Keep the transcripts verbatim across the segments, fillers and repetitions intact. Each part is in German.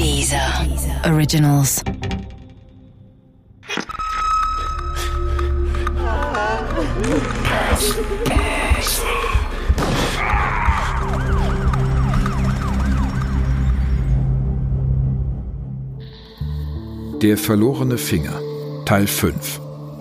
Deezer Originals. Der verlorene Finger, Teil fünf.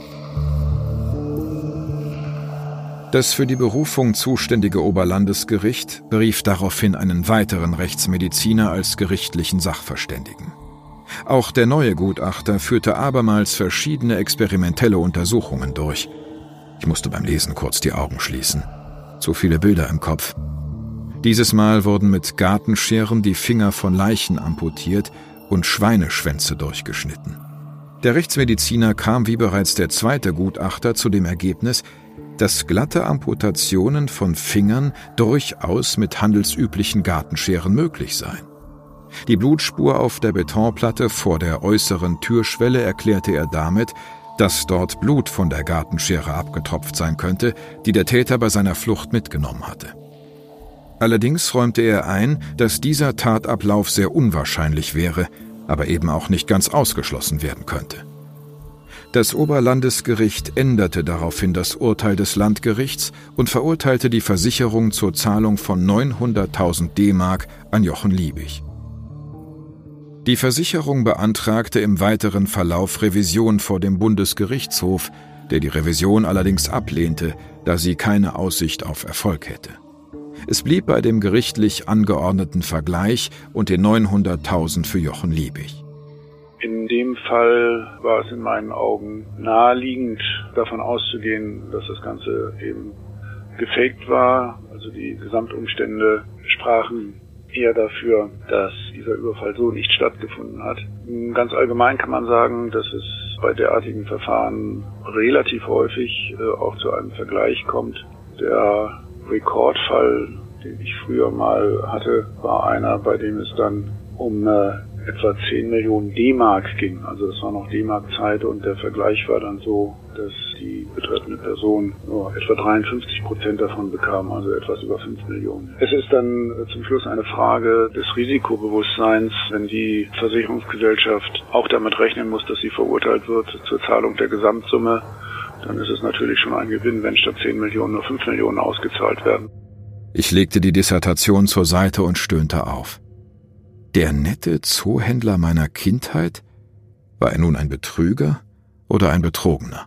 Das für die Berufung zuständige Oberlandesgericht berief daraufhin einen weiteren Rechtsmediziner als gerichtlichen Sachverständigen. Auch der neue Gutachter führte abermals verschiedene experimentelle Untersuchungen durch. Ich musste beim Lesen kurz die Augen schließen. Zu viele Bilder im Kopf. Dieses Mal wurden mit Gartenscheren die Finger von Leichen amputiert und Schweineschwänze durchgeschnitten. Der Rechtsmediziner kam wie bereits der zweite Gutachter zu dem Ergebnis, dass glatte Amputationen von Fingern durchaus mit handelsüblichen Gartenscheren möglich seien. Die Blutspur auf der Betonplatte vor der äußeren Türschwelle erklärte er damit, dass dort Blut von der Gartenschere abgetropft sein könnte, die der Täter bei seiner Flucht mitgenommen hatte. Allerdings räumte er ein, dass dieser Tatablauf sehr unwahrscheinlich wäre, aber eben auch nicht ganz ausgeschlossen werden könnte. Das Oberlandesgericht änderte daraufhin das Urteil des Landgerichts und verurteilte die Versicherung zur Zahlung von neunhunderttausend D-Mark an Jochen Liebig. Die Versicherung beantragte im weiteren Verlauf Revision vor dem Bundesgerichtshof, der die Revision allerdings ablehnte, da sie keine Aussicht auf Erfolg hätte. Es blieb bei dem gerichtlich angeordneten Vergleich und den neunhunderttausend für Jochen Liebig. In dem Fall war es in meinen Augen naheliegend, davon auszugehen, dass das Ganze eben gefaked war. Also die Gesamtumstände sprachen eher dafür, dass dieser Überfall so nicht stattgefunden hat. Ganz allgemein kann man sagen, dass es bei derartigen Verfahren relativ häufig äh, auch zu einem Vergleich kommt. Der Rekordfall, den ich früher mal hatte, war einer, bei dem es dann um äh, etwa zehn Millionen D-Mark ging. Also das war noch D-Mark-Zeit und der Vergleich war dann so, dass die betreffende Person nur etwa dreiundfünfzig Prozent davon bekam, also etwas über fünf Millionen. Es ist dann zum Schluss eine Frage des Risikobewusstseins, wenn die Versicherungsgesellschaft auch damit rechnen muss, dass sie verurteilt wird zur Zahlung der Gesamtsumme, dann ist es natürlich schon ein Gewinn, wenn statt zehn Millionen nur fünf Millionen ausgezahlt werden. Ich legte die Dissertation zur Seite und stöhnte auf. Der nette Zoohändler meiner Kindheit? War er nun ein Betrüger oder ein Betrogener?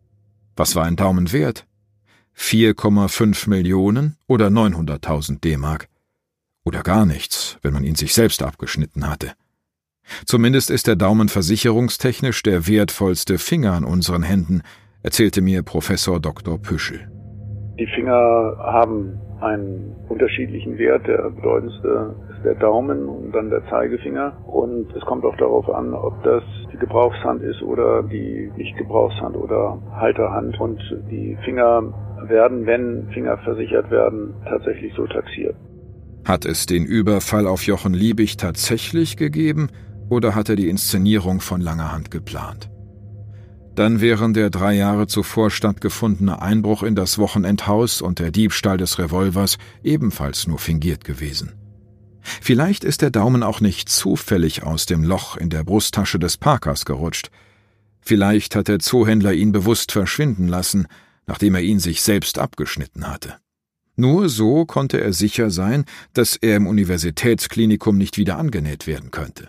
Was war ein Daumen wert? vier Komma fünf Millionen oder neunhunderttausend D-Mark? Oder gar nichts, wenn man ihn sich selbst abgeschnitten hatte. Zumindest ist der Daumen versicherungstechnisch der wertvollste Finger an unseren Händen, erzählte mir Professor Doktor Püschel. Die Finger haben einen unterschiedlichen Wert. Der bedeutendste ist der Daumen und dann der Zeigefinger. Und es kommt auch darauf an, ob das die Gebrauchshand ist oder die Nicht-Gebrauchshand oder Halterhand. Und die Finger werden, wenn Finger versichert werden, tatsächlich so taxiert. Hat es den Überfall auf Jochen Liebig tatsächlich gegeben oder hat er die Inszenierung von langer Hand geplant? Dann wären der drei Jahre zuvor stattgefundene Einbruch in das Wochenendhaus und der Diebstahl des Revolvers ebenfalls nur fingiert gewesen. Vielleicht ist der Daumen auch nicht zufällig aus dem Loch in der Brusttasche des Parkers gerutscht. Vielleicht hat der Zoohändler ihn bewusst verschwinden lassen, nachdem er ihn sich selbst abgeschnitten hatte. Nur so konnte er sicher sein, dass er im Universitätsklinikum nicht wieder angenäht werden könnte.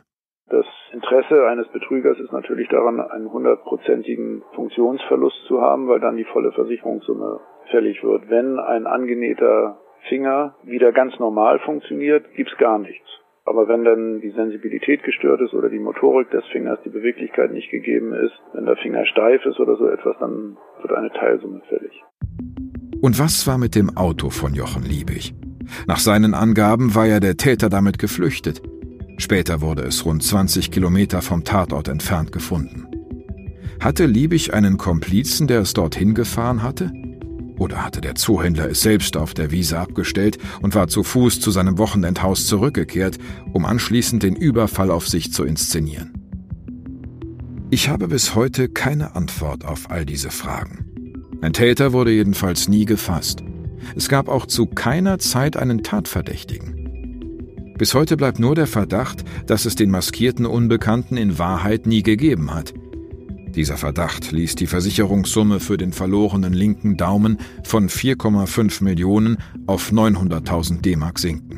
Das Interesse eines Betrügers ist natürlich daran, einen hundertprozentigen Funktionsverlust zu haben, weil dann die volle Versicherungssumme fällig wird. Wenn ein angenähter Finger wieder ganz normal funktioniert, gibt's gar nichts. Aber wenn dann die Sensibilität gestört ist oder die Motorik des Fingers, die Beweglichkeit nicht gegeben ist, wenn der Finger steif ist oder so etwas, dann wird eine Teilsumme fällig. Und was war mit dem Auto von Jochen Liebig? Nach seinen Angaben war ja der Täter damit geflüchtet. Später wurde es rund zwanzig Kilometer vom Tatort entfernt gefunden. Hatte Liebig einen Komplizen, der es dorthin gefahren hatte? Oder hatte der Zoohändler es selbst auf der Wiese abgestellt und war zu Fuß zu seinem Wochenendhaus zurückgekehrt, um anschließend den Überfall auf sich zu inszenieren? Ich habe bis heute keine Antwort auf all diese Fragen. Ein Täter wurde jedenfalls nie gefasst. Es gab auch zu keiner Zeit einen Tatverdächtigen. Bis heute bleibt nur der Verdacht, dass es den maskierten Unbekannten in Wahrheit nie gegeben hat. Dieser Verdacht ließ die Versicherungssumme für den verlorenen linken Daumen von vier Komma fünf Millionen auf neunhunderttausend D-Mark sinken.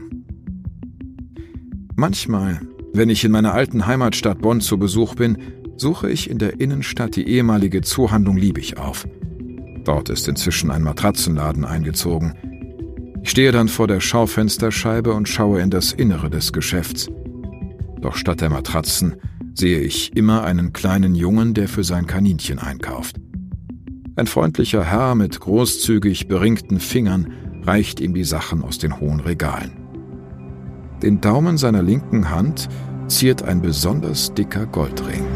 Manchmal, wenn ich in meiner alten Heimatstadt Bonn zu Besuch bin, suche ich in der Innenstadt die ehemalige Zoohandlung Liebig auf. Dort ist inzwischen ein Matratzenladen eingezogen. Ich stehe dann vor der Schaufensterscheibe und schaue in das Innere des Geschäfts. Doch statt der Matratzen sehe ich immer einen kleinen Jungen, der für sein Kaninchen einkauft. Ein freundlicher Herr mit großzügig beringten Fingern reicht ihm die Sachen aus den hohen Regalen. Den Daumen seiner linken Hand ziert ein besonders dicker Goldring.